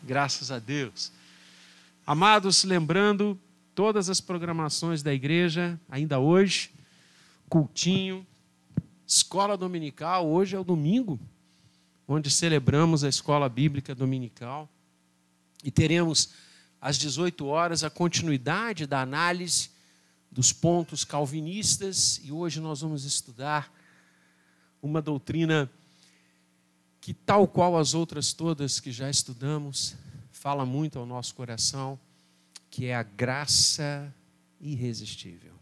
Graças a Deus. Amados, lembrando todas as programações da igreja, ainda hoje, cultinho, escola dominical, hoje é o domingo, onde celebramos a escola bíblica dominical, e teremos às 18 horas a continuidade da análise dos pontos calvinistas, e hoje nós vamos estudar uma doutrina que, tal qual as outras todas que já estudamos, fala muito ao nosso coração, que é a graça irresistível.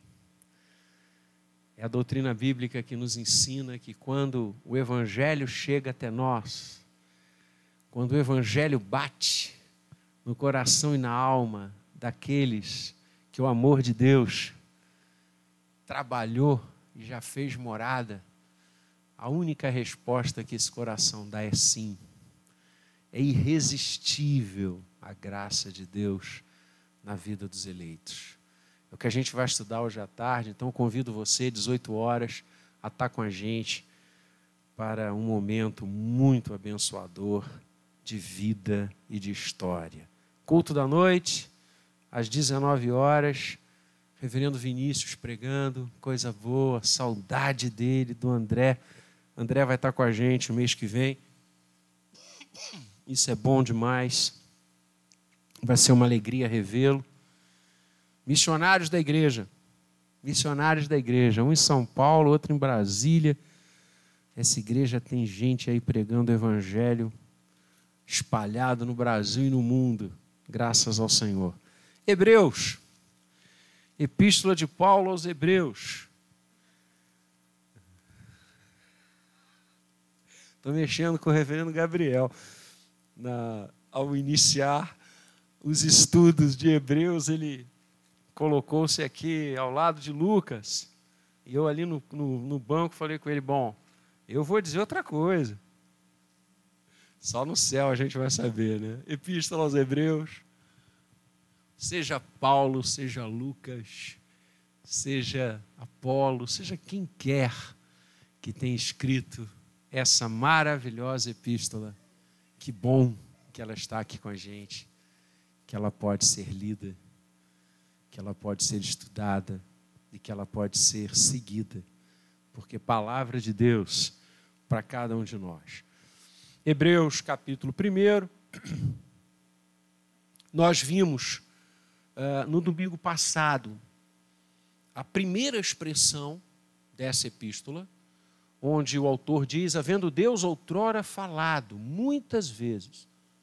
É a doutrina bíblica que nos ensina que quando o Evangelho chega até nós, quando o Evangelho bate no coração e na alma daqueles que o amor de Deus trabalhou e já fez morada, a única resposta que esse coração dá é sim. É irresistível a graça de Deus na vida dos eleitos. É o que a gente vai estudar hoje à tarde, então convido você, 18 horas, a estar com a gente para um momento muito abençoador de vida e de história. Culto da noite, às 19 horas, Reverendo Vinícius pregando, coisa boa, saudade dele, do André. André vai estar com a gente o mês que vem. Isso é bom demais. Vai ser uma alegria revê-lo. Missionários da igreja. Um em São Paulo, outro em Brasília. Essa igreja tem gente aí pregando o evangelho espalhado no Brasil e no mundo. Graças ao Senhor. Hebreus. Epístola de Paulo aos Hebreus. Estou mexendo com o reverendo Gabriel. Ao iniciar os estudos de Hebreus, ele colocou-se aqui ao lado de Lucas. E eu ali no banco falei com ele, bom, eu vou dizer outra coisa. Só no céu a gente vai saber, né? Epístola aos Hebreus. Seja Paulo, seja Lucas, seja Apolo, seja quem quer que tenha escrito essa maravilhosa epístola, que bom que ela está aqui com a gente, que ela pode ser lida, que ela pode ser estudada e que ela pode ser seguida, porque palavra de Deus para cada um de nós. Hebreus capítulo 1, nós vimos no domingo passado a primeira expressão dessa epístola, onde o autor diz, havendo Deus outrora falado muitas vezes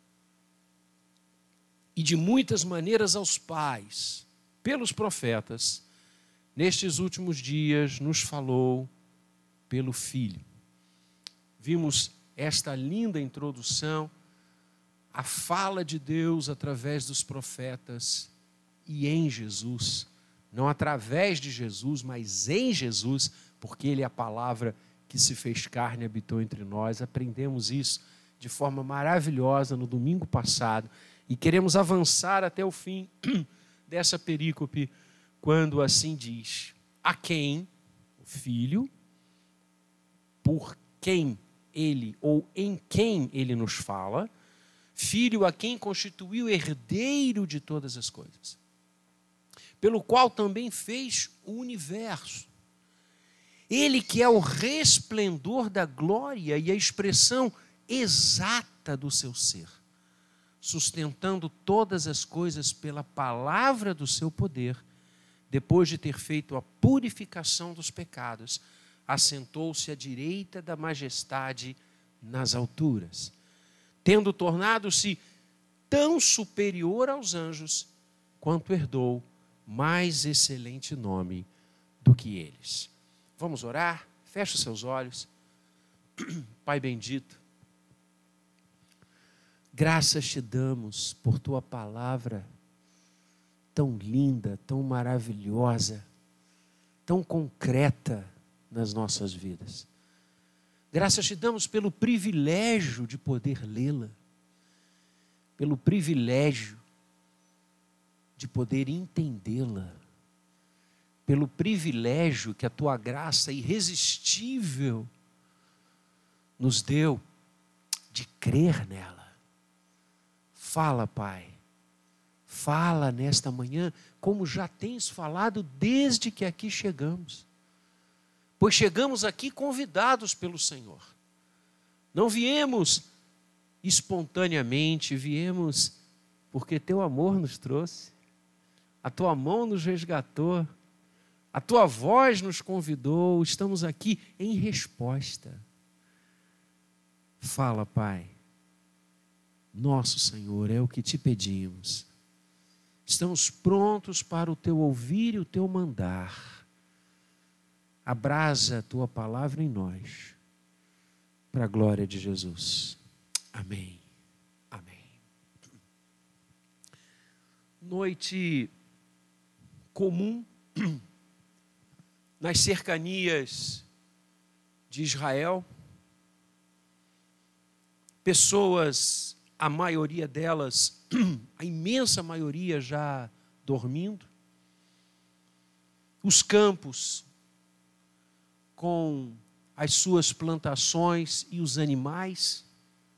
e de muitas maneiras aos pais, pelos profetas, nestes últimos dias nos falou pelo Filho. Vimos esta linda introdução, a fala de Deus através dos profetas e em Jesus, não através de Jesus, mas em Jesus, porque Ele é a palavra que se fez carne e habitou entre nós. Aprendemos isso de forma maravilhosa no domingo passado e queremos avançar até o fim dessa perícope, quando assim diz, a quem, o Filho, por quem Ele ou em quem Ele nos fala, Filho a quem constituiu herdeiro de todas as coisas, pelo qual também fez o universo. Ele que é o resplendor da glória e a expressão exata do seu ser, sustentando todas as coisas pela palavra do seu poder, depois de ter feito a purificação dos pecados, assentou-se à direita da majestade nas alturas, tendo tornado-se tão superior aos anjos, quanto herdou mais excelente nome do que eles. Vamos orar? Feche os seus olhos. Pai bendito, graças te damos por tua palavra tão linda, tão maravilhosa, tão concreta nas nossas vidas. Graças te damos pelo privilégio de poder lê-la, pelo privilégio de poder entendê-la, pelo privilégio que a tua graça irresistível nos deu de crer nela, Fala, Pai. Fala nesta manhã, como já tens falado desde que aqui chegamos. Pois chegamos aqui convidados pelo Senhor. Não viemos espontaneamente, viemos porque teu amor nos trouxe, a tua mão nos resgatou, a tua voz nos convidou, estamos aqui em resposta. Fala, Pai. Nosso Senhor, é o que te pedimos. Estamos prontos para o teu ouvir e o teu mandar. Abrasa a tua palavra em nós, para a glória de Jesus. Amém. Amém. Noite comum nas cercanias de Israel. Pessoas, a maioria delas, a imensa maioria já dormindo. Os campos com as suas plantações e os animais.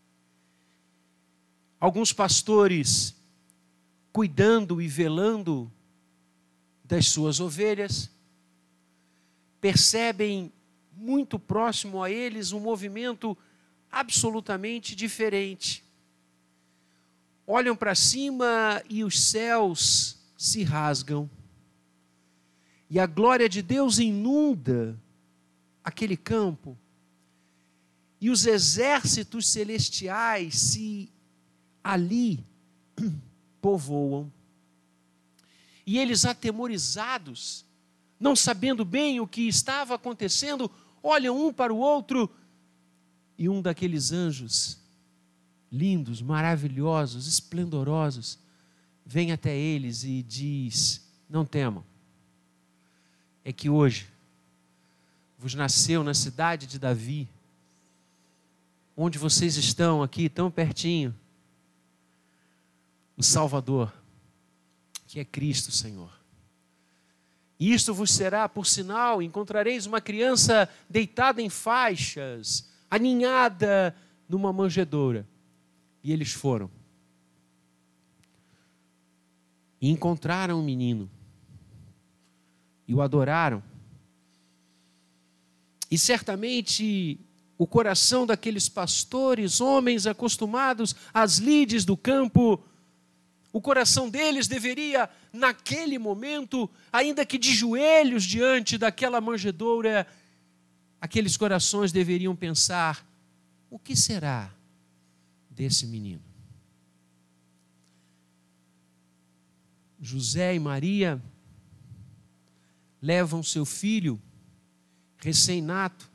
Alguns pastores cuidando e velando das suas ovelhas. Percebem muito próximo a eles um movimento absolutamente diferente. Olham para cima e os céus se rasgam. E a glória de Deus inunda aquele campo. E os exércitos celestiais se ali povoam. E eles, atemorizados, não sabendo bem o que estava acontecendo, olham um para o outro. E um daqueles anjos, lindos, maravilhosos, esplendorosos, vem até eles e diz: não temam, é que hoje vos nasceu na cidade de Davi, onde vocês estão aqui, tão pertinho, o Salvador, que é Cristo Senhor. E isto vos será por sinal: encontrareis uma criança deitada em faixas, aninhada numa manjedoura. E eles foram e encontraram um menino e o adoraram. E certamente o coração daqueles pastores, homens acostumados às lides do campo, o coração deles deveria, naquele momento, ainda que de joelhos diante daquela manjedoura, aqueles corações deveriam pensar: o que será desse menino? José e Maria levam seu filho recém-nato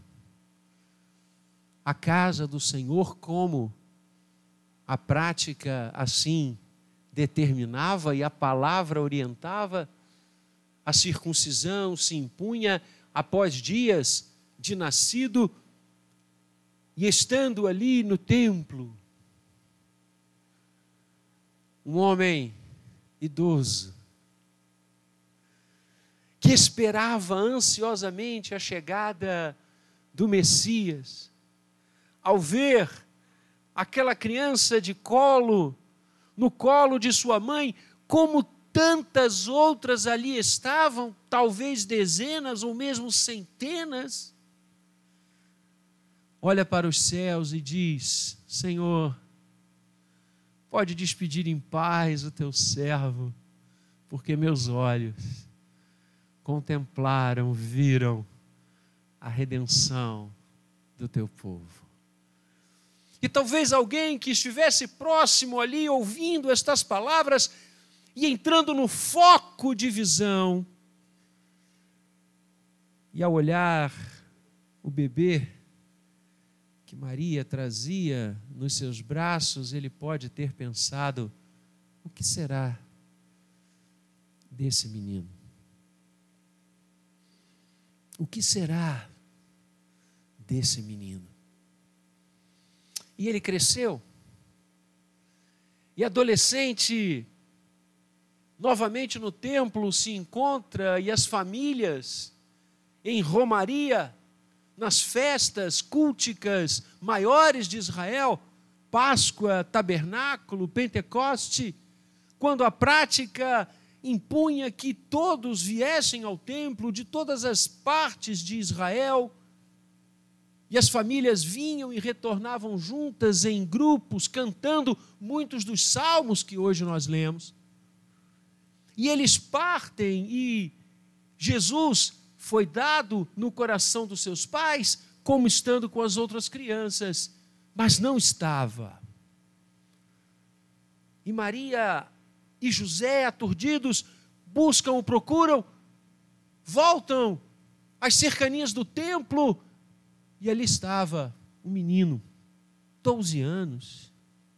à casa do Senhor, como a prática assim determinava e a palavra orientava. A circuncisão se impunha após dias de nascido, e estando ali no templo, um homem idoso, que esperava ansiosamente a chegada do Messias, ao ver aquela criança no colo de sua mãe, como tantas outras ali estavam, talvez dezenas ou mesmo centenas, olha para os céus e diz: Senhor, pode despedir em paz o teu servo, porque meus olhos contemplaram, viram a redenção do teu povo. E talvez alguém que estivesse próximo ali, ouvindo estas palavras e entrando no foco de visão, e ao olhar o bebê que Maria trazia nos seus braços, ele pode ter pensado: o que será desse menino? O que será desse menino? E ele cresceu, e adolescente, novamente no templo se encontra, e as famílias em romaria, nas festas culticas maiores de Israel, Páscoa, tabernáculo, Pentecoste, quando a prática impunha que todos viessem ao templo de todas as partes de Israel, e as famílias vinham e retornavam juntas em grupos, cantando muitos dos salmos que hoje nós lemos. E eles partem e Jesus foi dado no coração dos seus pais como estando com as outras crianças, mas não estava. E Maria e José, aturdidos, buscam o procuram, voltam às cercanias do templo, e ali estava um menino, 12 anos.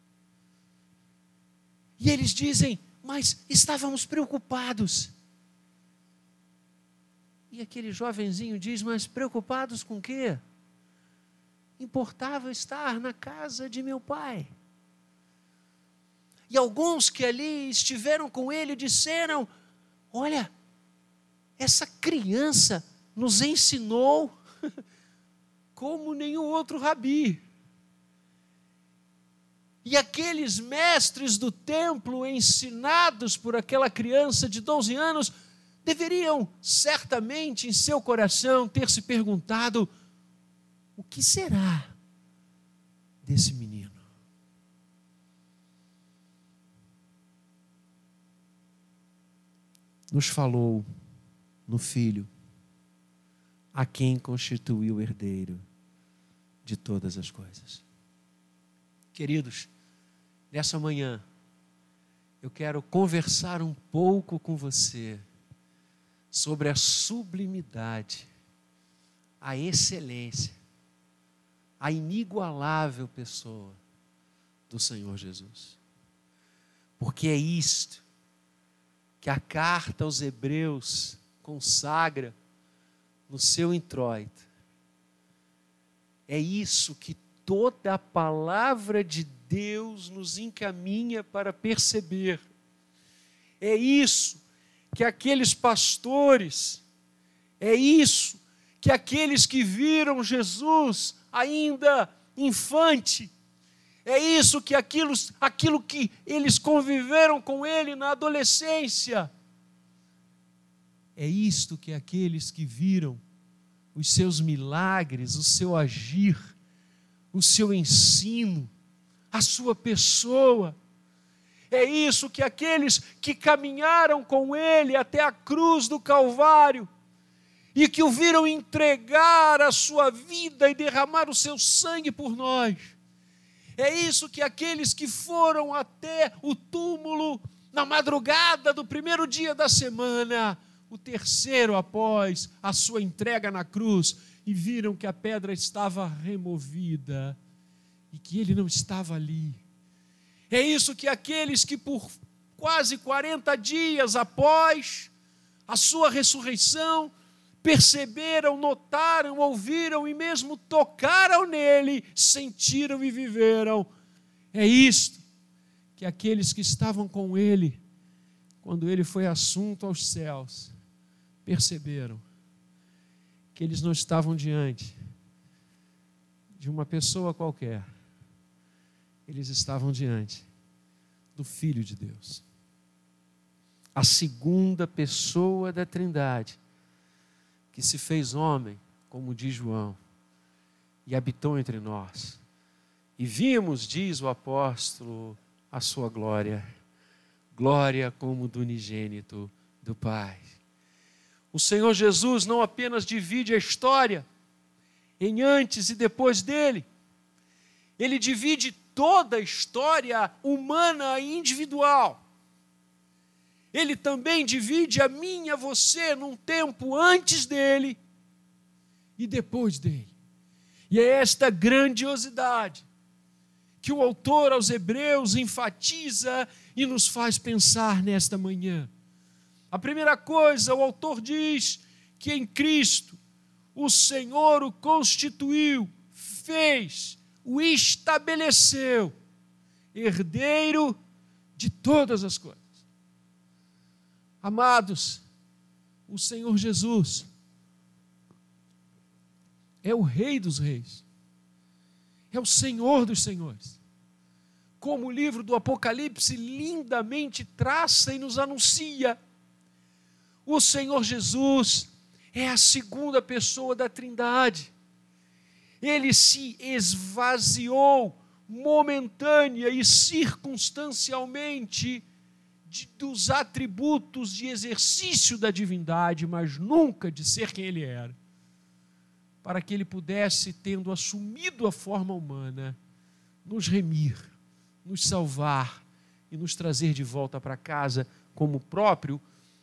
E eles dizem, mas estávamos preocupados. E aquele jovenzinho diz, mas preocupados com o quê? Importava estar na casa de meu pai. E alguns que ali estiveram com ele disseram, olha, essa criança nos ensinou como nenhum outro rabi. E aqueles mestres do templo, ensinados por aquela criança de 12 anos, deveriam certamente em seu coração ter se perguntado, o que será desse menino? Nos falou no Filho, a quem constituiu o herdeiro de todas as coisas. Queridos, nessa manhã, eu quero conversar um pouco com você sobre a sublimidade, a excelência, a inigualável pessoa do Senhor Jesus. Porque é isto que a carta aos Hebreus consagra no seu introito. É isso que toda a palavra de Deus nos encaminha para perceber. É isso que aqueles pastores, é isso que aqueles que viram Jesus ainda infante, é isso que aquilo que eles conviveram com ele na adolescência, é isto que aqueles que viram os seus milagres, o seu agir, o seu ensino, a sua pessoa, é isso que aqueles que caminharam com ele até a cruz do Calvário e que o viram entregar a sua vida e derramar o seu sangue por nós, é isso que aqueles que foram até o túmulo na madrugada do primeiro dia da semana, o terceiro após a sua entrega na cruz, e viram que a pedra estava removida e que ele não estava ali. É isso que aqueles que por quase 40 dias após a sua ressurreição, perceberam, notaram, ouviram e mesmo tocaram nele, sentiram e viveram. É isto que aqueles que estavam com ele, quando ele foi assunto aos céus, perceberam que eles não estavam diante de uma pessoa qualquer, eles estavam diante do Filho de Deus, a segunda pessoa da Trindade, que se fez homem, como diz João, e habitou entre nós. E vimos, diz o apóstolo, a sua glória, glória como do unigênito do Pai. O Senhor Jesus não apenas divide a história em antes e depois dele, ele divide toda a história humana e individual. Ele também divide a mim e a você num tempo antes dele e depois dele. E é esta grandiosidade que o autor aos Hebreus enfatiza e nos faz pensar nesta manhã. A primeira coisa, o autor diz que em Cristo o Senhor o constituiu, fez, o estabeleceu, herdeiro de todas as coisas. Amados, o Senhor Jesus é o Rei dos Reis, é o Senhor dos Senhores, como o livro do Apocalipse lindamente traça e nos anuncia. O Senhor Jesus é a segunda pessoa da Trindade. Ele se esvaziou momentânea e circunstancialmente dos atributos de exercício da divindade, mas nunca de ser quem ele era, para que ele pudesse, tendo assumido a forma humana, nos remir, nos salvar e nos trazer de volta para casa, como o próprio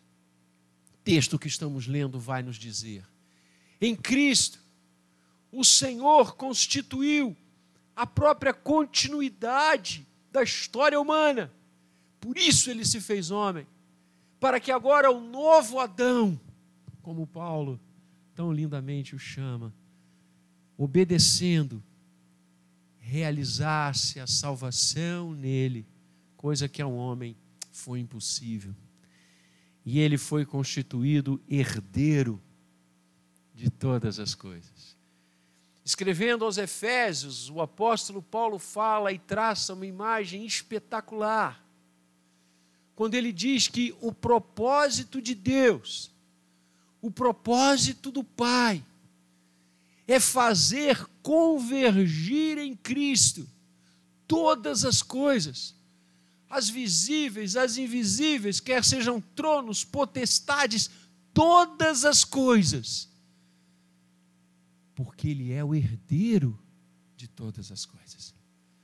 texto que estamos lendo vai nos dizer. Em Cristo, o Senhor constituiu a própria continuidade da história humana. Por isso ele se fez homem, para que agora o novo Adão, como Paulo tão lindamente o chama, obedecendo, realizasse a salvação nele, coisa que ao homem foi impossível. E ele foi constituído herdeiro de todas as coisas. Escrevendo aos Efésios, o apóstolo Paulo fala e traça uma imagem espetacular, quando ele diz que o propósito de Deus, o propósito do Pai, é fazer convergir em Cristo todas as coisas, as visíveis, as invisíveis, quer sejam tronos, potestades, todas as coisas, porque Ele é o herdeiro de todas as coisas.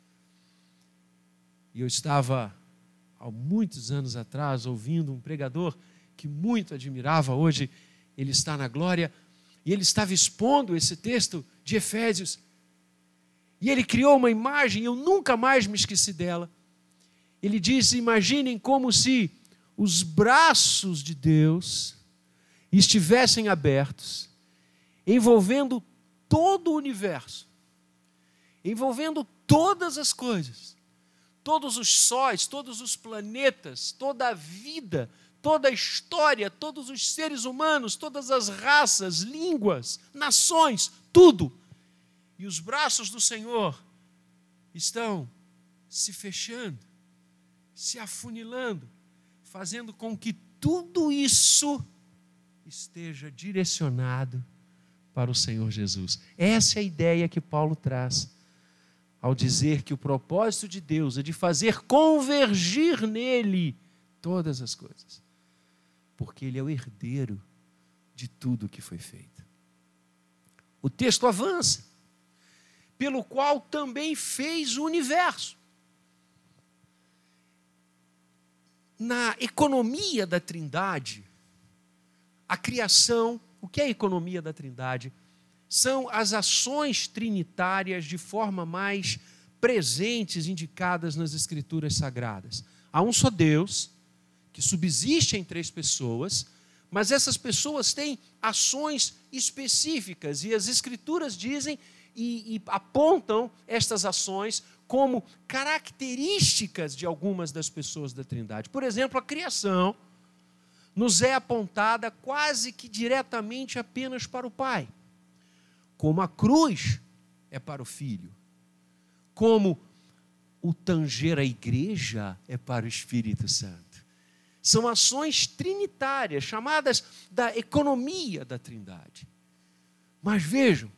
E eu estava, há muitos anos atrás, ouvindo um pregador que muito admirava, hoje ele está na glória, e ele estava expondo esse texto de Efésios, e ele criou uma imagem, eu nunca mais me esqueci dela. Ele disse: imaginem como se os braços de Deus estivessem abertos, envolvendo todo o universo, envolvendo todas as coisas, todos os sóis, todos os planetas, toda a vida, toda a história, todos os seres humanos, todas as raças, línguas, nações, tudo. E os braços do Senhor estão se fechando, se afunilando, fazendo com que tudo isso esteja direcionado para o Senhor Jesus. Essa é a ideia que Paulo traz ao dizer que o propósito de Deus é de fazer convergir nele todas as coisas, porque ele é o herdeiro de tudo que foi feito. O texto avança, pelo qual também fez o universo. Na economia da Trindade, a criação, o que é a economia da Trindade? São as ações trinitárias de forma mais presentes, indicadas nas Escrituras Sagradas. Há um só Deus, que subsiste em três pessoas, mas essas pessoas têm ações específicas, e as Escrituras dizem e apontam estas ações como características de algumas das pessoas da Trindade. Por exemplo, a criação nos é apontada quase que diretamente apenas para o Pai, como a cruz é para o Filho, como o tanger a igreja é para o Espírito Santo. São ações trinitárias, chamadas da economia da Trindade. Mas vejam,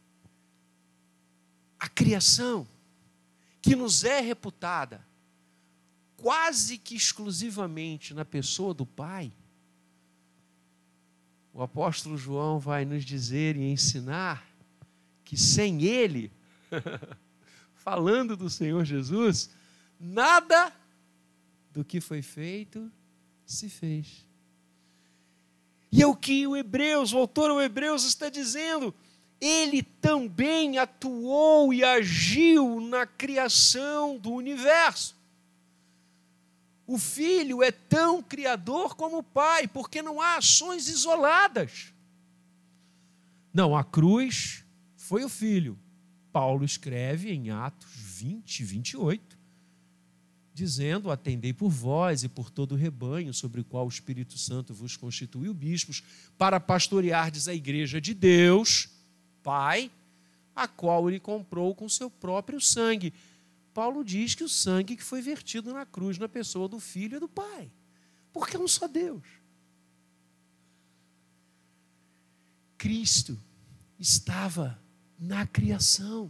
a criação, que nos é reputada quase que exclusivamente na pessoa do Pai, o apóstolo João vai nos dizer e ensinar que sem Ele, falando do Senhor Jesus, nada do que foi feito se fez. E é o que o autor aos Hebreus está dizendo. Ele também atuou e agiu na criação do universo. O Filho é tão criador como o Pai, porque não há ações isoladas. Não, a cruz foi o Filho. Paulo escreve em Atos 20, 28, dizendo: atendei por vós e por todo o rebanho sobre o qual o Espírito Santo vos constituiu bispos, para pastoreardes a igreja de Deus, Pai, a qual ele comprou com seu próprio sangue. Paulo diz que o sangue que foi vertido na cruz na pessoa do Filho e do Pai. Porque é um só Deus. Cristo estava na criação.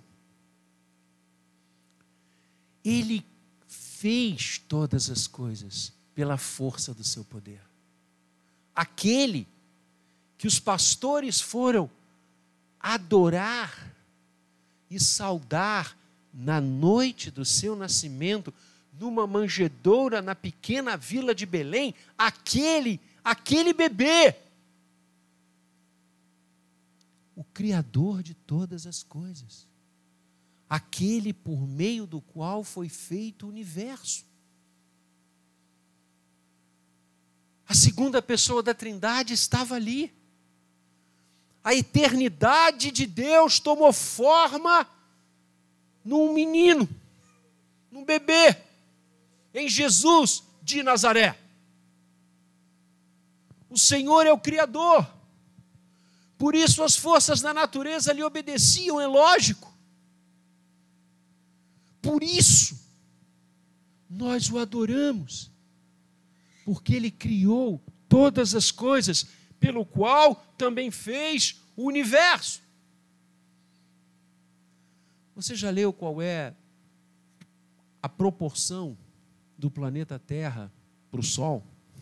Ele fez todas as coisas pela força do seu poder. Aquele que os pastores foram adorar e saudar na noite do seu nascimento, numa manjedoura na pequena vila de Belém, aquele bebê, o Criador de todas as coisas, aquele por meio do qual foi feito o universo. A segunda pessoa da Trindade estava ali. A eternidade de Deus tomou forma num menino, num bebê, em Jesus de Nazaré. O Senhor é o Criador. Por isso as forças da natureza lhe obedeciam, é lógico. Por isso nós o adoramos, porque Ele criou todas as coisas, pelo qual também fez o universo. Você já leu qual é a proporção do planeta Terra para o Sol?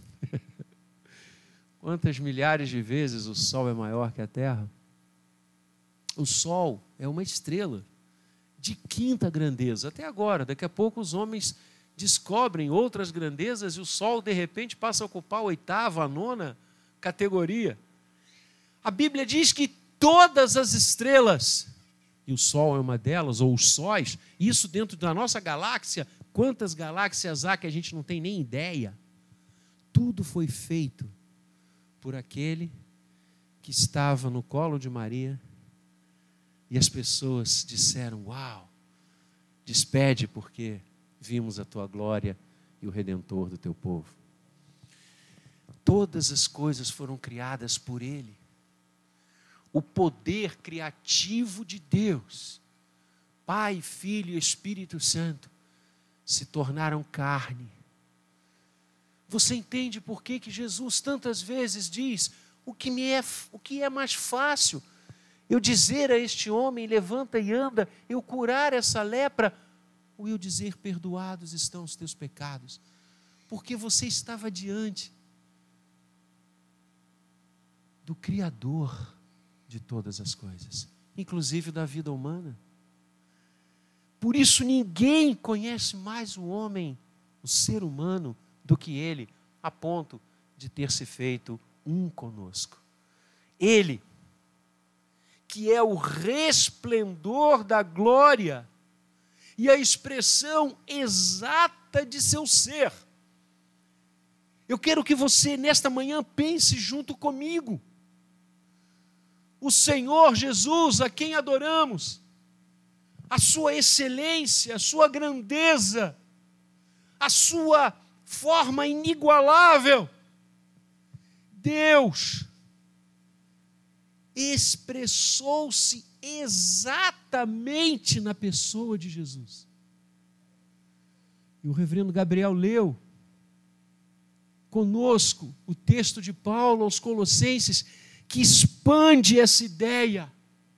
Quantas milhares de vezes o Sol é maior que a Terra? O Sol é uma estrela de quinta grandeza. Até agora, daqui a pouco os homens descobrem outras grandezas e o Sol, de repente, passa a ocupar a oitava, a nona categoria. A Bíblia diz que todas as estrelas, e o Sol é uma delas, ou os sóis, isso dentro da nossa galáxia, quantas galáxias há que a gente não tem nem ideia, tudo foi feito por aquele que estava no colo de Maria, e as pessoas disseram: uau, despede, porque vimos a tua glória e o Redentor do teu povo. Todas as coisas foram criadas por Ele. O poder criativo de Deus, Pai, Filho e Espírito Santo, se tornaram carne. Você entende por que Jesus tantas vezes diz: o que é mais fácil? Eu dizer a este homem, levanta e anda, eu curar essa lepra, ou eu dizer, perdoados estão os teus pecados? Porque você estava diante do Criador de todas as coisas, inclusive da vida humana. Por isso ninguém conhece mais o homem, o ser humano, do que ele, a ponto de ter se feito um conosco. Ele, que é o resplendor da glória e a expressão exata de seu ser. Eu quero que você, nesta manhã, pense junto comigo. O Senhor Jesus, a quem adoramos, a sua excelência, a sua grandeza, a sua forma inigualável. Deus expressou-se exatamente na pessoa de Jesus. E o reverendo Gabriel leu conosco o texto de Paulo aos Colossenses, que expande essa ideia.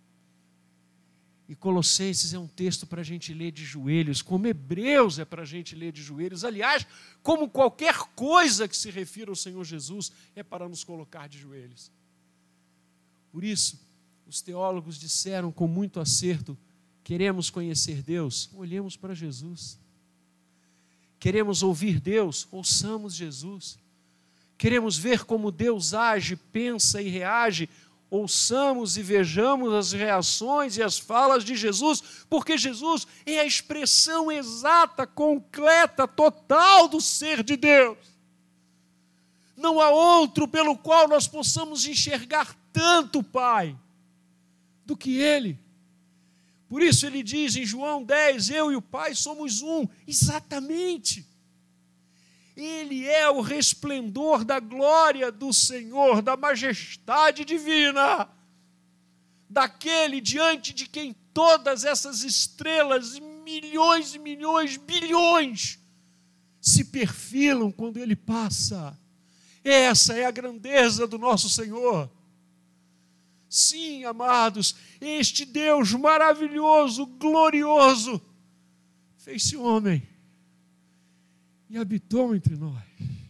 E Colossenses é um texto para a gente ler de joelhos, como Hebreus é para a gente ler de joelhos. Aliás, como qualquer coisa que se refira ao Senhor Jesus, é para nos colocar de joelhos. Por isso, os teólogos disseram com muito acerto: queremos conhecer Deus? Olhemos para Jesus. Queremos ouvir Deus? Ouçamos Jesus. Queremos ver como Deus age, pensa e reage? Ouçamos e vejamos as reações e as falas de Jesus, porque Jesus é a expressão exata, completa, total do ser de Deus. Não há outro pelo qual nós possamos enxergar tanto o Pai do que Ele. Por isso ele diz em João 10, eu e o Pai somos um. Exatamente. Ele é o resplendor da glória do Senhor, da majestade divina, daquele diante de quem todas essas estrelas milhões e milhões, bilhões se perfilam quando Ele passa. Essa é a grandeza do nosso Senhor. Sim, amados, este Deus maravilhoso, glorioso, fez-se homem e habitou entre nós.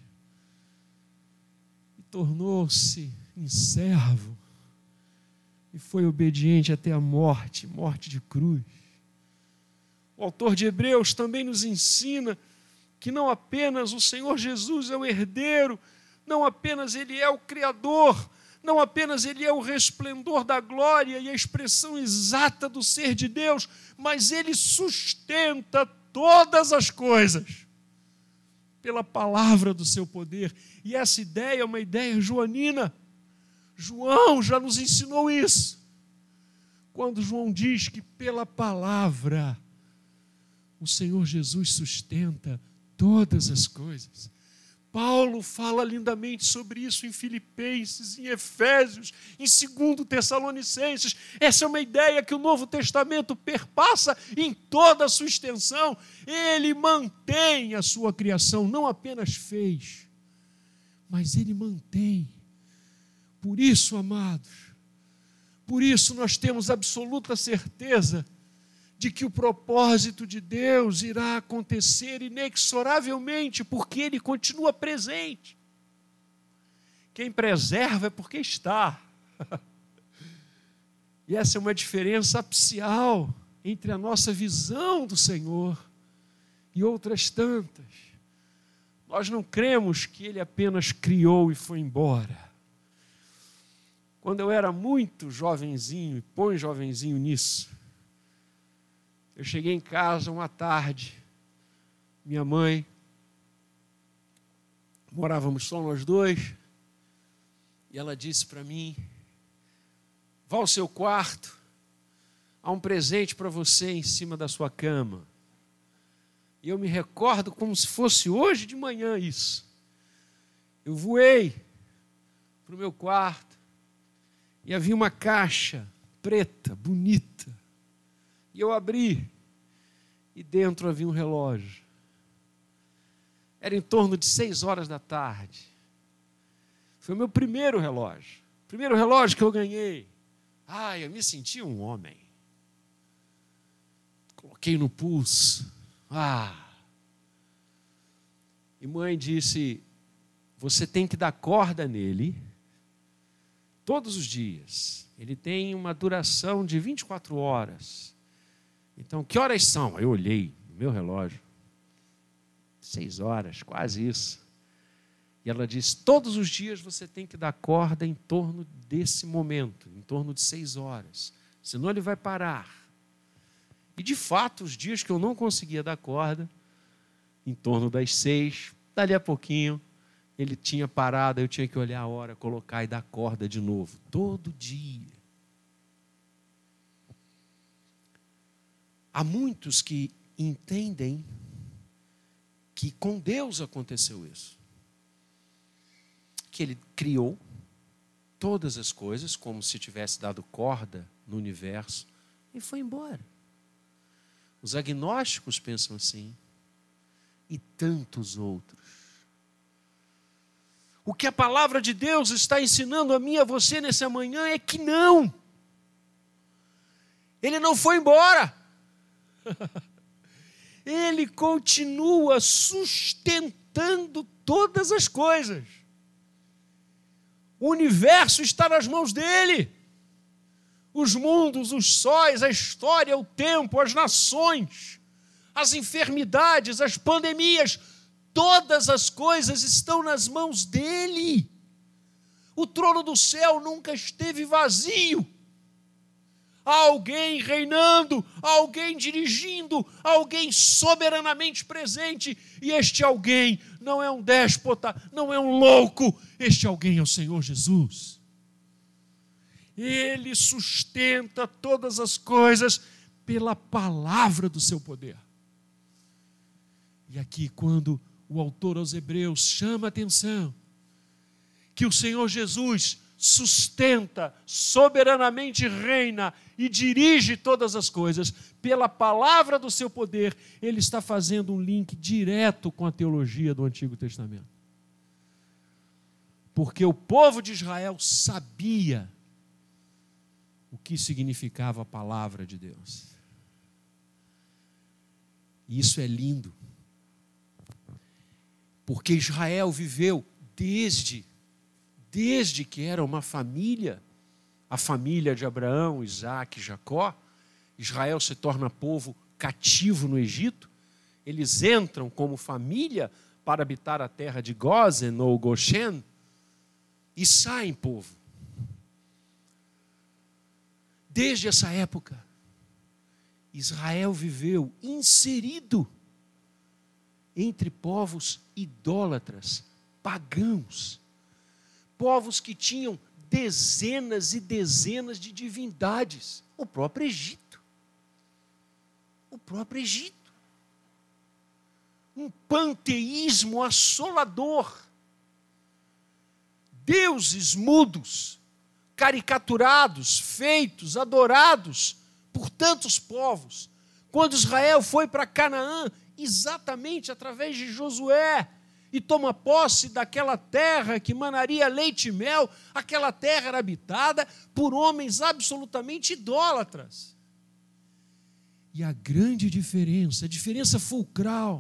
E tornou-se em servo e foi obediente até a morte, morte de cruz. O autor de Hebreus também nos ensina que não apenas o Senhor Jesus é o herdeiro, não apenas Ele é o Criador, não apenas Ele é o resplendor da glória e a expressão exata do ser de Deus, mas Ele sustenta todas as coisas pela palavra do seu poder. E essa ideia é uma ideia joanina. João já nos ensinou isso. Quando João diz que pela palavra o Senhor Jesus sustenta todas as coisas. Paulo fala lindamente sobre isso em Filipenses, em Efésios, em 2 Tessalonicenses. Essa é uma ideia que o Novo Testamento perpassa em toda a sua extensão. Ele mantém a sua criação, não apenas fez, mas Ele mantém. Por isso, amados, por isso nós temos absoluta certeza de que o propósito de Deus irá acontecer inexoravelmente, porque Ele continua presente. Quem preserva é porque está. E essa é uma diferença apicial entre a nossa visão do Senhor e outras tantas. Nós não cremos que Ele apenas criou e foi embora. Quando eu era muito jovenzinho, e põe jovenzinho nisso, eu cheguei em casa uma tarde, minha mãe, morávamos só nós dois, e ela disse para mim: vá ao seu quarto, há um presente para você em cima da sua cama. E eu me recordo como se fosse hoje de manhã isso. Eu voei para o meu quarto e havia uma caixa preta, bonita. E eu abri, e dentro havia um relógio. Era em torno de 6 horas da tarde. Foi o meu primeiro relógio. Primeiro relógio que eu ganhei. Eu me senti um homem. Coloquei no pulso. E mãe disse: você tem que dar corda nele todos os dias. Ele tem uma duração de 24 horas. Então, que horas são? Eu olhei no meu relógio. 6 horas, quase isso. E ela disse: todos os dias você tem que dar corda em torno desse momento, em torno de 6 horas. Senão ele vai parar. E, de fato, os dias que eu não conseguia dar corda, em torno das 6, dali a pouquinho, ele tinha parado, eu tinha que olhar a hora, colocar e dar corda de novo. Todo dia. Há muitos que entendem que com Deus aconteceu isso. Que Ele criou todas as coisas como se tivesse dado corda no universo e foi embora. Os agnósticos pensam assim e tantos outros. O que a palavra de Deus está ensinando a mim e a você nessa manhã é que não. Ele não foi embora. Ele continua sustentando todas as coisas. O universo está nas mãos dele. Os mundos, os sóis, a história, o tempo, as nações, as enfermidades, as pandemias, todas as coisas estão nas mãos dele. O trono do céu nunca esteve vazio. Há alguém reinando, há alguém dirigindo, há alguém soberanamente presente, e este alguém não é um déspota, não é um louco, este alguém é o Senhor Jesus. Ele sustenta todas as coisas pela palavra do seu poder. E aqui, quando o autor aos Hebreus chama a atenção que o Senhor Jesus sustenta, soberanamente reina, e dirige todas as coisas, pela palavra do seu poder, ele está fazendo um link direto com a teologia do Antigo Testamento. Porque o povo de Israel sabia o que significava a palavra de Deus. E isso é lindo. Porque Israel viveu desde que era uma família, a família de Abraão, Isaque e Jacó. Israel se torna povo cativo no Egito. Eles entram como família para habitar a terra de Gósen ou Goshen e saem povo. Desde essa época, Israel viveu inserido entre povos idólatras, pagãos, povos que tinham dezenas e dezenas de divindades. O próprio Egito. Um panteísmo assolador. Deuses mudos, caricaturados, feitos, adorados por tantos povos. Quando Israel foi para Canaã, exatamente através de Josué, e toma posse daquela terra que manaria leite e mel, aquela terra era habitada por homens absolutamente idólatras. E a grande diferença, a diferença fulcral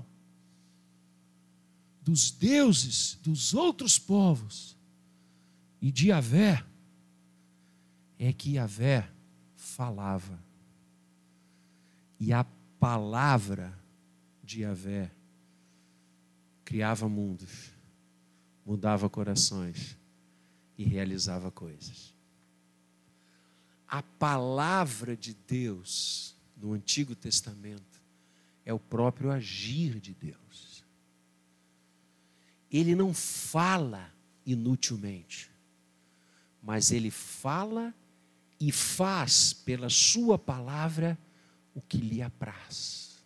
dos deuses dos outros povos e de Yahvé, é que Yahvé falava. E a palavra de Yahvé criava mundos, mudava corações e realizava coisas. A palavra de Deus no Antigo Testamento é o próprio agir de Deus. Ele não fala inutilmente, mas ele fala e faz pela sua palavra o que lhe apraz.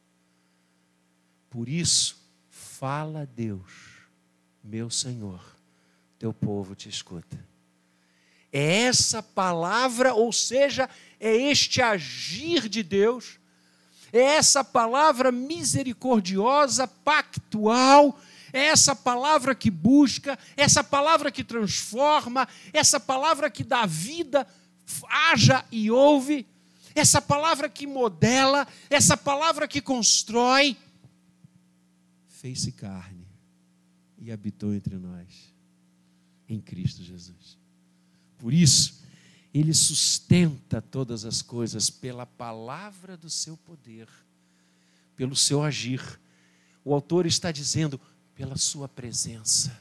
Por isso, fala Deus, meu Senhor, teu povo te escuta. É essa palavra, ou seja, é este agir de Deus, é essa palavra misericordiosa, pactual, é essa palavra que busca, essa palavra que transforma, essa palavra que dá vida, haja e ouve, essa palavra que modela, essa palavra que constrói, fez-se carne e habitou entre nós, em Cristo Jesus. Por isso, ele sustenta todas as coisas pela palavra do seu poder, pelo seu agir. O autor está dizendo, pela sua presença.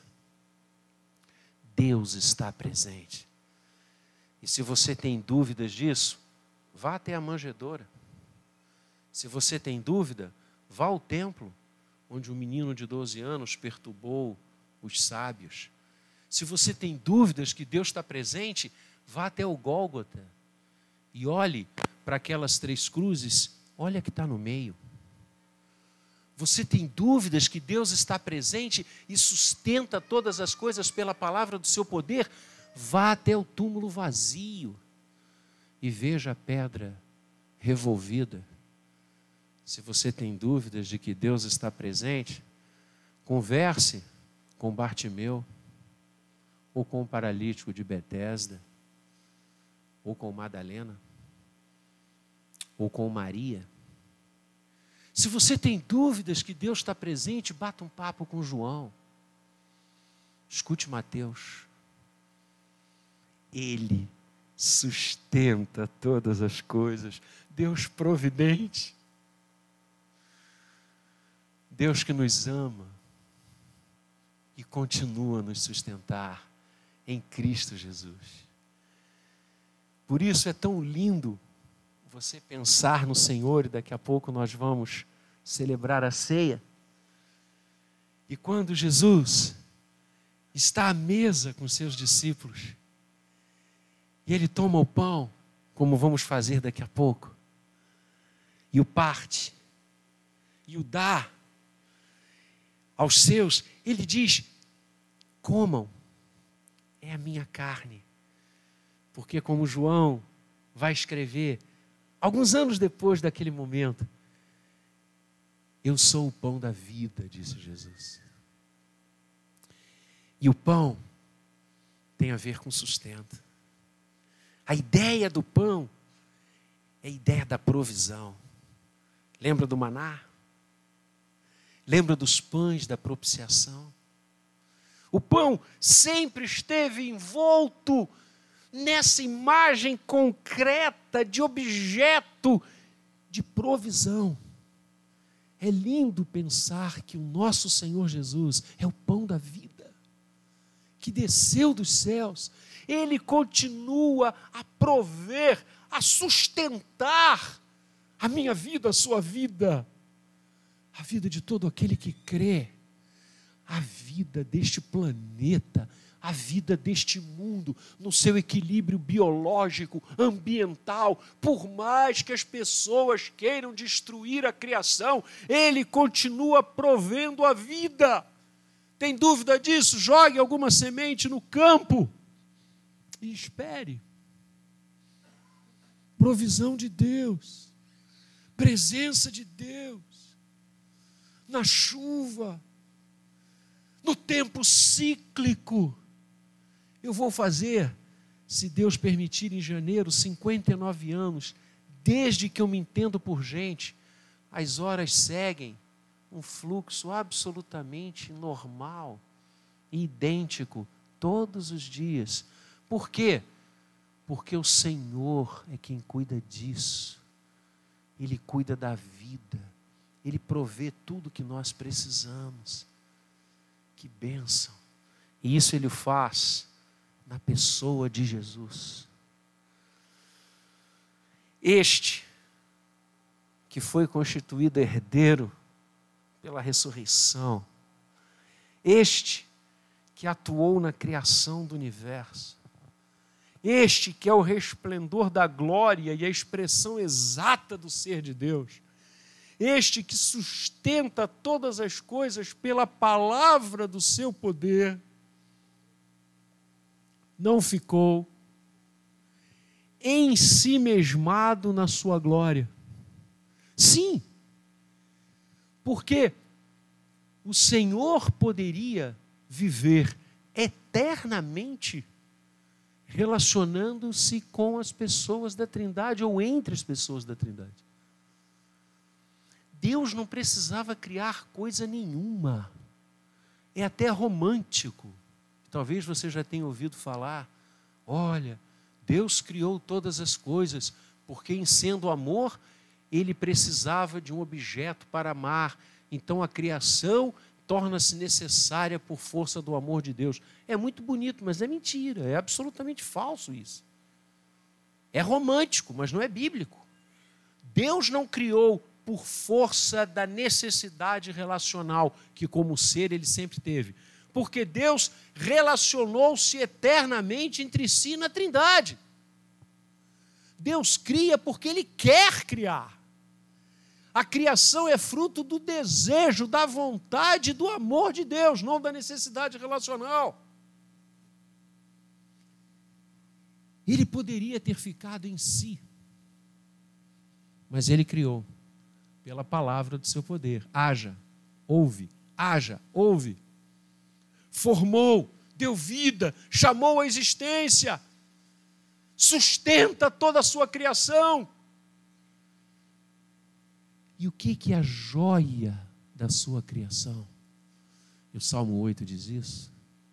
Deus está presente. E se você tem dúvidas disso, vá até a manjedoura. Se você tem dúvida, vá ao templo, onde um menino de 12 anos perturbou os sábios. Se você tem dúvidas que Deus está presente, vá até o Gólgota e olhe para aquelas 3 cruzes, olha que está no meio. Você tem dúvidas que Deus está presente e sustenta todas as coisas pela palavra do seu poder? Vá até o túmulo vazio e veja a pedra revolvida. Se você tem dúvidas de que Deus está presente, converse com Bartimeu, ou com o paralítico de Betesda, ou com Madalena, ou com Maria. Se você tem dúvidas que Deus está presente, bata um papo com João. Escute Mateus. Ele sustenta todas as coisas. Deus providente. Deus que nos ama e continua a nos sustentar em Cristo Jesus. Por isso é tão lindo você pensar no Senhor, e daqui a pouco nós vamos celebrar a ceia. E quando Jesus está à mesa com seus discípulos, e ele toma o pão, como vamos fazer daqui a pouco, e o parte, e o dá aos seus, ele diz, comam, é a minha carne. Porque como João vai escrever, alguns anos depois daquele momento: eu sou o pão da vida, disse Jesus. E o pão tem a ver com sustento. A ideia do pão é a ideia da provisão. Lembra do maná? Lembra dos pães da propiciação? O pão sempre esteve envolto nessa imagem concreta de objeto de provisão. É lindo pensar que o nosso Senhor Jesus é o pão da vida, que desceu dos céus. Ele continua a prover, a sustentar a minha vida, a sua vida, a vida de todo aquele que crê, a vida deste planeta, a vida deste mundo, no seu equilíbrio biológico, ambiental. Por mais que as pessoas queiram destruir a criação, Ele continua provendo a vida. Tem dúvida disso? Jogue alguma semente no campo e espere. Provisão de Deus, presença de Deus, na chuva, no tempo cíclico. Eu vou fazer, se Deus permitir, em janeiro, 59 anos, desde que eu me entendo por gente. As horas seguem um fluxo absolutamente normal, idêntico, todos os dias. Por quê? Porque o Senhor é quem cuida disso. Ele cuida da vida. Ele provê tudo que nós precisamos. Que bênção. E isso Ele faz na pessoa de Jesus. Este que foi constituído herdeiro pela ressurreição. Este que atuou na criação do universo. Este que é o resplendor da glória e a expressão exata do ser de Deus. Este que sustenta todas as coisas pela palavra do seu poder, não ficou ensimesmado na sua glória. Sim, porque o Senhor poderia viver eternamente relacionando-se com as pessoas da Trindade ou entre as pessoas da Trindade. Deus não precisava criar coisa nenhuma. É até romântico. Talvez você já tenha ouvido falar: olha, Deus criou todas as coisas, porque em sendo amor, Ele precisava de um objeto para amar. Então a criação torna-se necessária por força do amor de Deus. É muito bonito, mas é mentira, é absolutamente falso isso. É romântico, mas não é bíblico. Deus não criou por força da necessidade relacional que como ser Ele sempre teve. Porque Deus relacionou-se eternamente entre si na Trindade. Deus cria porque Ele quer criar. A criação é fruto do desejo, da vontade, do amor de Deus, não da necessidade relacional. Ele poderia ter ficado em si, mas Ele criou pela palavra do seu poder. Haja, ouve, haja, ouve. Formou, deu vida, chamou a existência, sustenta toda a sua criação. E o que é a joia da sua criação? E o Salmo 8 diz isso.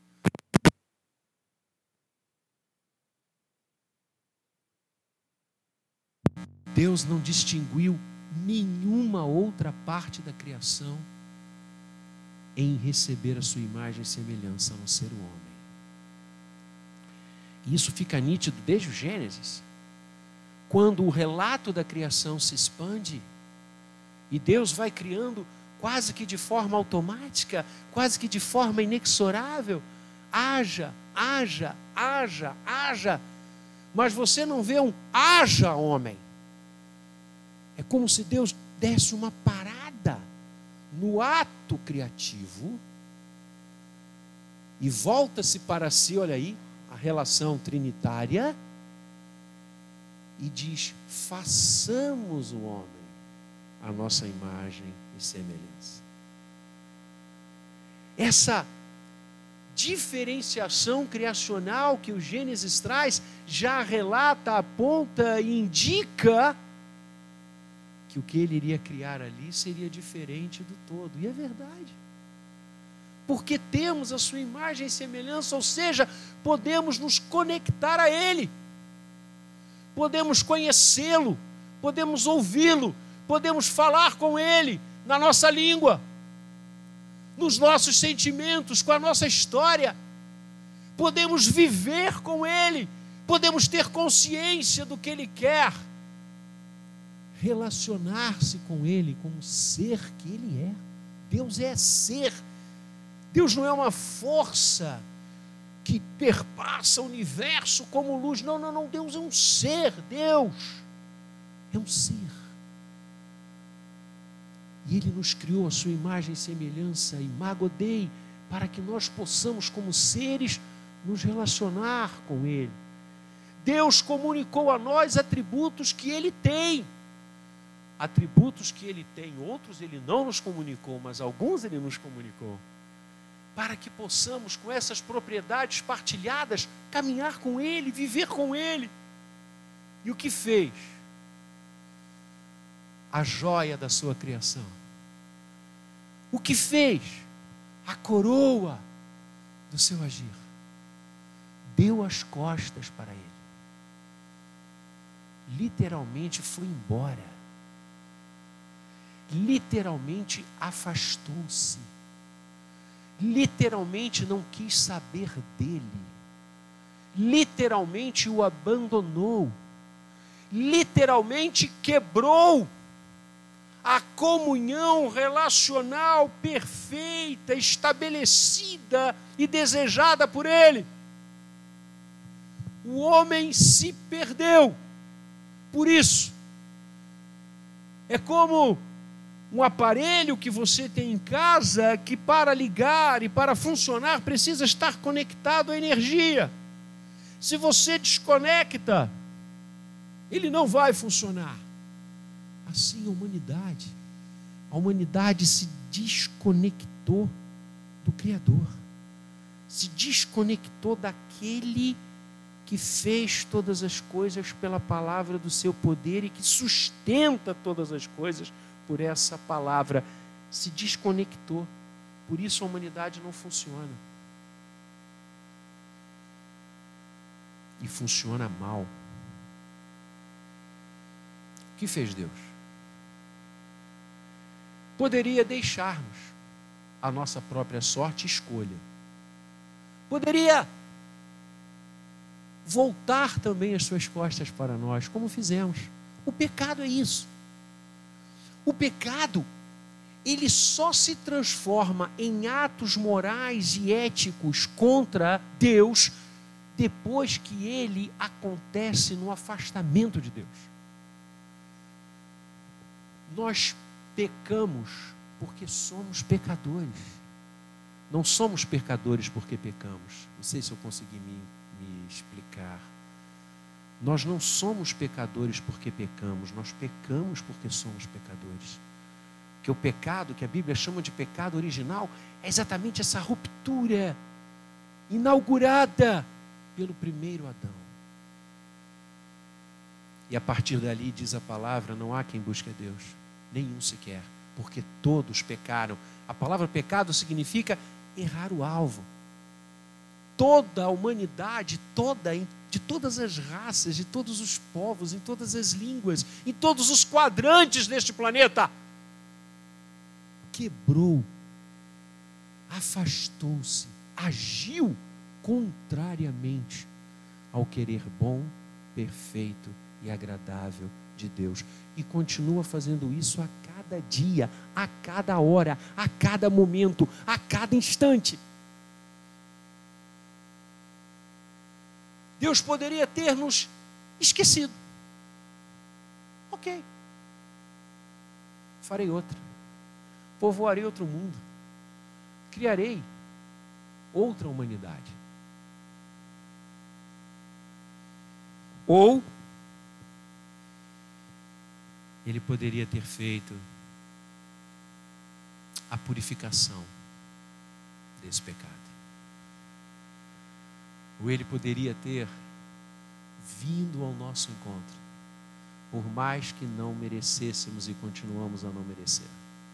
Deus não distinguiu nenhuma outra parte da criação em receber a sua imagem e semelhança, a não ser o homem. E isso fica nítido desde o Gênesis. Quando o relato da criação se expande, e Deus vai criando quase que de forma automática, quase que de forma inexorável. Haja, haja, haja, haja. Mas você não vê um haja, homem. É como se Deus desse uma parada no ato criativo e volta-se para si, olha aí, a relação trinitária, e diz: façamos o homem a nossa imagem e semelhança. Essa diferenciação criacional que o Gênesis traz já relata, aponta e indica que o que ele iria criar ali seria diferente do todo. E é verdade. Porque temos a sua imagem e semelhança, ou seja, podemos nos conectar a ele. Podemos conhecê-lo, podemos ouvi-lo, podemos falar com ele na nossa língua, nos nossos sentimentos, com a nossa história. Podemos viver com ele, podemos ter consciência do que ele quer, relacionar-se com ele como ser que ele é. Deus é ser. Deus não é uma força que perpassa o universo como luz. Não, não, não. Deus é um ser. Deus é um ser. E Ele nos criou a sua imagem e semelhança, imago Dei, para que nós possamos, como seres, nos relacionar com Ele. Deus comunicou a nós atributos que Ele tem. Atributos que Ele tem, outros Ele não nos comunicou, mas alguns Ele nos comunicou. Para que possamos, com essas propriedades partilhadas, caminhar com Ele, viver com Ele. E o que fez? A joia da sua criação. O que fez? A coroa do seu agir. Deu as costas para Ele. Literalmente foi embora. Literalmente afastou-se. Literalmente não quis saber dele. Literalmente o abandonou. Literalmente quebrou a comunhão relacional perfeita, estabelecida e desejada por ele. O homem se perdeu. Por isso, é como um aparelho que você tem em casa que para ligar e para funcionar precisa estar conectado à energia. Se você desconecta, ele não vai funcionar. Assim a humanidade se desconectou do Criador, se desconectou daquele que fez todas as coisas pela palavra do seu poder e que sustenta todas as coisas por essa palavra. Se desconectou. Por isso a humanidade não funciona. E funciona mal. O que fez Deus? Poderia deixar-nos a nossa própria sorte e escolha. Poderia voltar também as suas costas para nós, como fizemos. O pecado é isso. O pecado, ele só se transforma em atos morais e éticos contra Deus depois que ele acontece no afastamento de Deus. Nós pecamos porque somos pecadores. Não somos pecadores porque pecamos. Não sei se eu consegui me explicar. Nós não somos pecadores porque pecamos, nós pecamos porque somos pecadores. Que o pecado, que a Bíblia chama de pecado original, é exatamente essa ruptura inaugurada pelo primeiro Adão. E a partir dali, diz a palavra, não há quem busque a Deus, nenhum sequer, porque todos pecaram. A palavra pecado significa errar o alvo. Toda a humanidade, de todas as raças, de todos os povos, em todas as línguas, em todos os quadrantes deste planeta, quebrou, afastou-se, agiu contrariamente ao querer bom, perfeito e agradável de Deus. E continua fazendo isso a cada dia, a cada hora, a cada momento, a cada instante. Deus poderia ter nos esquecido. Ok. Farei outra. Povoarei outro mundo. Criarei outra humanidade. Ou Ele poderia ter feito a purificação desse pecado. Ou Ele poderia ter vindo ao nosso encontro, por mais que não merecêssemos e continuamos a não merecer.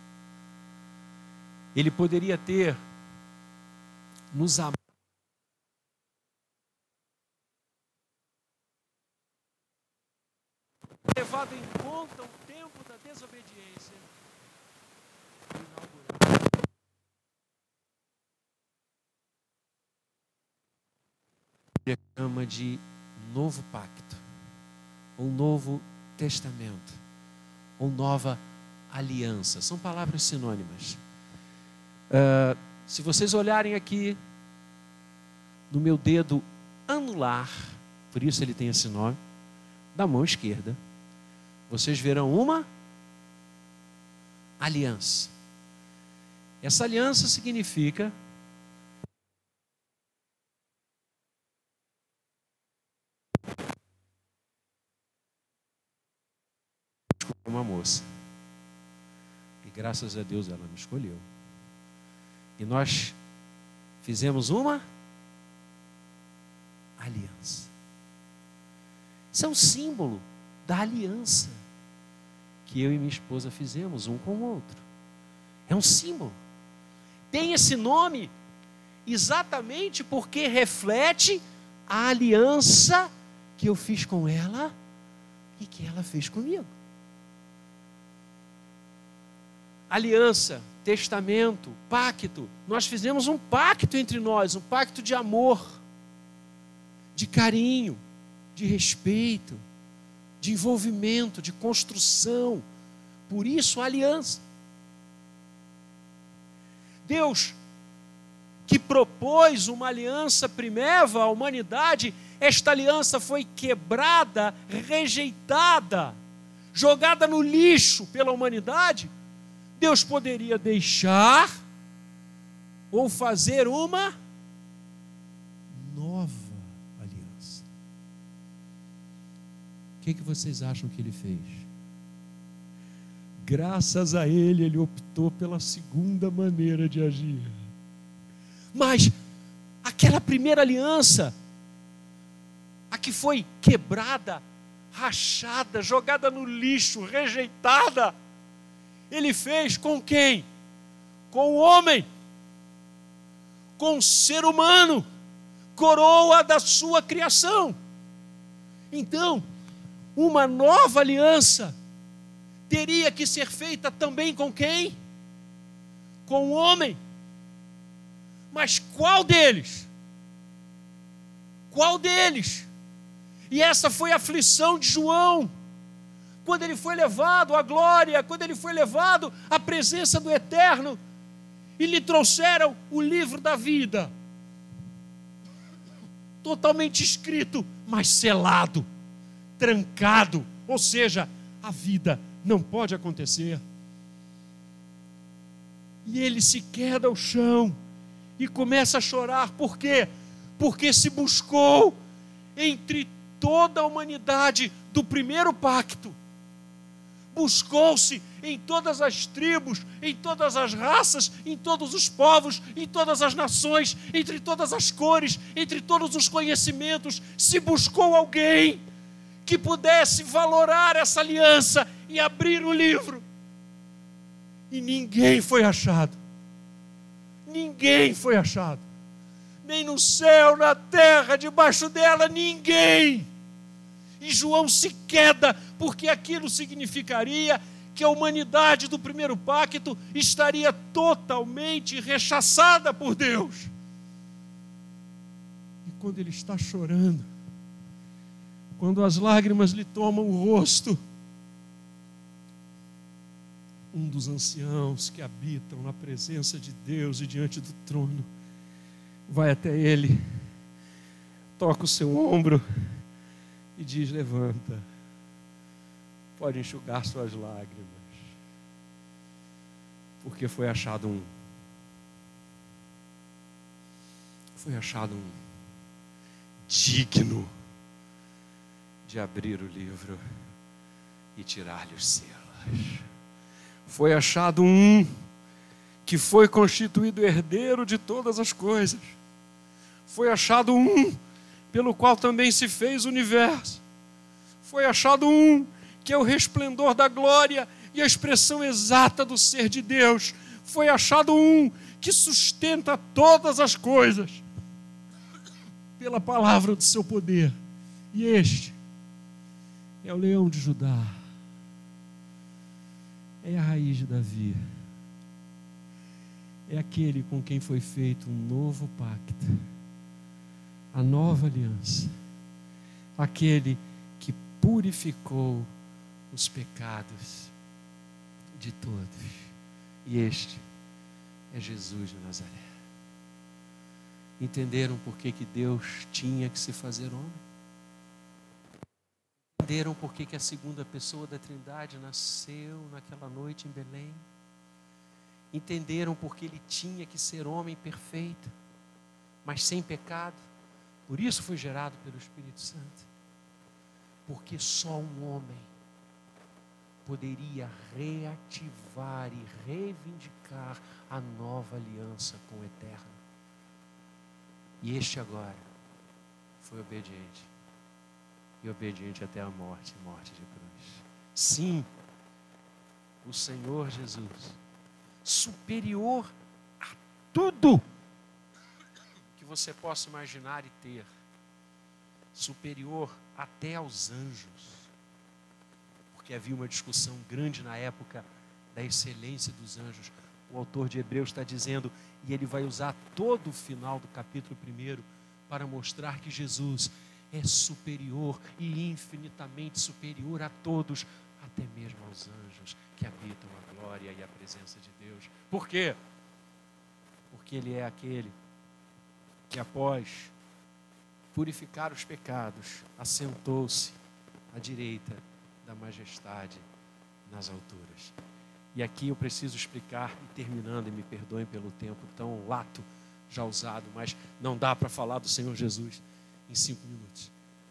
Ele poderia ter nos amado, levado em conta o tempo da desobediência e inaugurado ele chama de novo pacto, ou novo testamento, ou nova aliança. São palavras sinônimas. Se vocês olharem aqui no meu dedo anular, por isso ele tem esse nome, da mão esquerda, vocês verão uma aliança. Essa aliança significa uma moça. E graças a Deus ela me escolheu. E nós fizemos uma aliança. Isso é um símbolo da aliança que eu e minha esposa fizemos um com o outro. É um símbolo. Tem esse nome exatamente porque reflete a aliança que eu fiz com ela e que ela fez comigo. Aliança, testamento, pacto. Nós fizemos um pacto entre nós, um pacto de amor, de carinho, de respeito, de envolvimento, de construção. Por isso a aliança. Deus, que propôs uma aliança primeva à humanidade, esta aliança foi quebrada, rejeitada, jogada no lixo pela humanidade. Deus poderia deixar ou fazer uma nova aliança. O que vocês acham que ele fez? Graças a ele optou pela segunda maneira de agir. Mas aquela primeira aliança, a que foi quebrada, rachada, jogada no lixo, rejeitada, ele fez com quem? Com o homem, com o ser humano, coroa da sua criação. Então, uma nova aliança teria que ser feita também com quem? Com o homem. Mas qual deles? Qual deles? E essa foi a aflição de João, quando ele foi levado à glória, quando ele foi levado à presença do Eterno, e lhe trouxeram o livro da vida, totalmente escrito, mas selado, trancado, ou seja, a vida não pode acontecer. E ele se queda ao chão e começa a chorar. Por quê? Porque se buscou entre toda a humanidade do primeiro pacto, buscou-se em todas as tribos, em todas as raças, em todos os povos, em todas as nações, entre todas as cores, entre todos os conhecimentos, se buscou alguém que pudesse valorar essa aliança e abrir o livro. E ninguém foi achado. Ninguém foi achado. Nem no céu, na terra, debaixo dela, ninguém. E João se queda, porque aquilo significaria que a humanidade do primeiro pacto estaria totalmente rechaçada por Deus. E quando ele está chorando, quando as lágrimas lhe tomam o rosto, um dos anciãos que habitam na presença de Deus e diante do trono vai até ele, toca o seu ombro e diz: levanta, pode enxugar suas lágrimas, porque foi achado um digno de abrir o livro e tirar-lhe os selos. Foi achado um que foi constituído herdeiro de todas as coisas. Foi achado um pelo qual também se fez o universo. Foi achado um que é o resplendor da glória e a expressão exata do ser de Deus. Foi achado um que sustenta todas as coisas pela palavra do seu poder. E este é o leão de Judá. É a raiz de Davi. É aquele com quem foi feito um novo pacto, a nova aliança. Aquele que purificou os pecados de todos. E este é Jesus de Nazaré. Entenderam por que Deus tinha que se fazer homem? Entenderam por que a segunda pessoa da Trindade nasceu naquela noite em Belém? Entenderam por que ele tinha que ser homem perfeito, mas sem pecado? Por isso foi gerado pelo Espírito Santo. Porque só um homem poderia reativar e reivindicar a nova aliança com o Eterno. E este agora foi obediente. E obediente até a morte, morte de cruz. Sim, o Senhor Jesus, superior a tudo que você possa imaginar e ter, superior até aos anjos, porque havia uma discussão grande na época da excelência dos anjos. O autor de Hebreus está dizendo, e ele vai usar todo o final do capítulo 1 para mostrar que Jesus é superior e infinitamente superior a todos, até mesmo aos anjos que habitam a glória e a presença de Deus. Por quê? Porque ele é aquele que, após purificar os pecados, assentou-se à direita da majestade nas alturas. E aqui eu preciso explicar, e terminando, e me perdoem pelo tempo tão lato já usado, mas não dá para falar do Senhor Jesus em 5 minutos.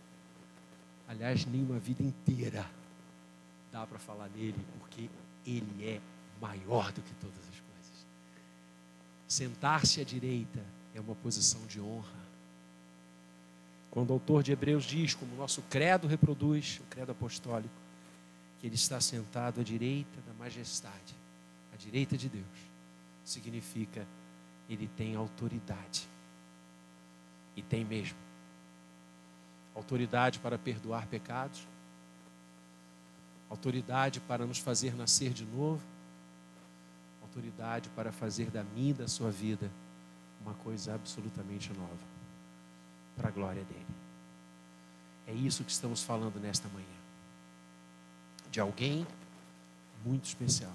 Aliás, nem uma vida inteira dá para falar nele, porque ele é maior do que todas as coisas. Sentar-se à direita é uma posição de honra. Quando o autor de Hebreus diz, como o nosso credo reproduz, o credo apostólico, que ele está sentado à direita da majestade, à direita de Deus, significa ele tem autoridade. E tem mesmo. Autoridade para perdoar pecados, autoridade para nos fazer nascer de novo, autoridade para fazer da minha e da sua vida uma coisa absolutamente nova, para a glória dele. É isso que estamos falando nesta manhã. De alguém muito especial,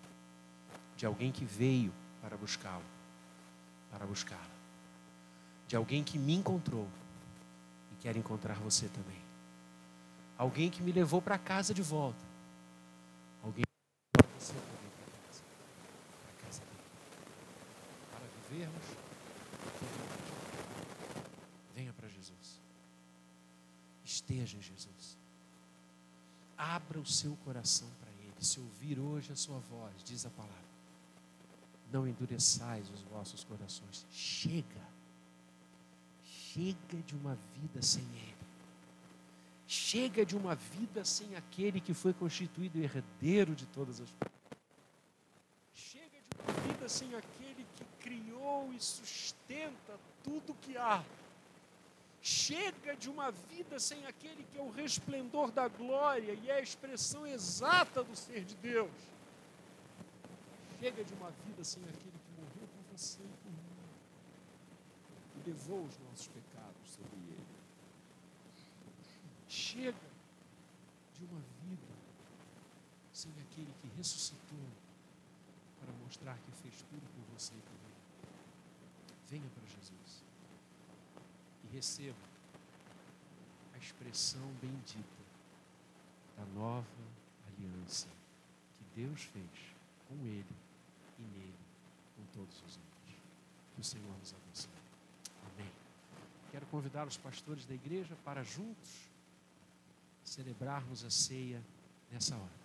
de alguém que veio para buscá-lo, para buscá-la, de alguém que me encontrou e quer encontrar você também, alguém que me levou para casa de volta, alguém que levou você também para casa dele, para vivermos. Venha para Jesus, esteja em Jesus. Abra o seu coração para ele. Se ouvir hoje a sua voz, diz a palavra, não endureçais os vossos corações. Chega de uma vida sem ele. Chega de uma vida sem aquele que foi constituído herdeiro de todas as coisas. Chega de uma vida sem aquele que criou e sustenta tudo que há. Chega de uma vida sem aquele que é o resplendor da glória e é a expressão exata do ser de Deus. Chega de uma vida sem aquele que morreu por você e por mim e levou os nossos pecados sobre ele. Chega de uma vida sem aquele que ressuscitou para mostrar que fez tudo por você e por mim. Venha para Jesus e receba a expressão bendita da nova aliança que Deus fez com ele e nele, com todos os homens. Que o Senhor nos abençoe. Amém. Quero convidar os pastores da igreja para juntos celebrarmos a ceia nessa hora.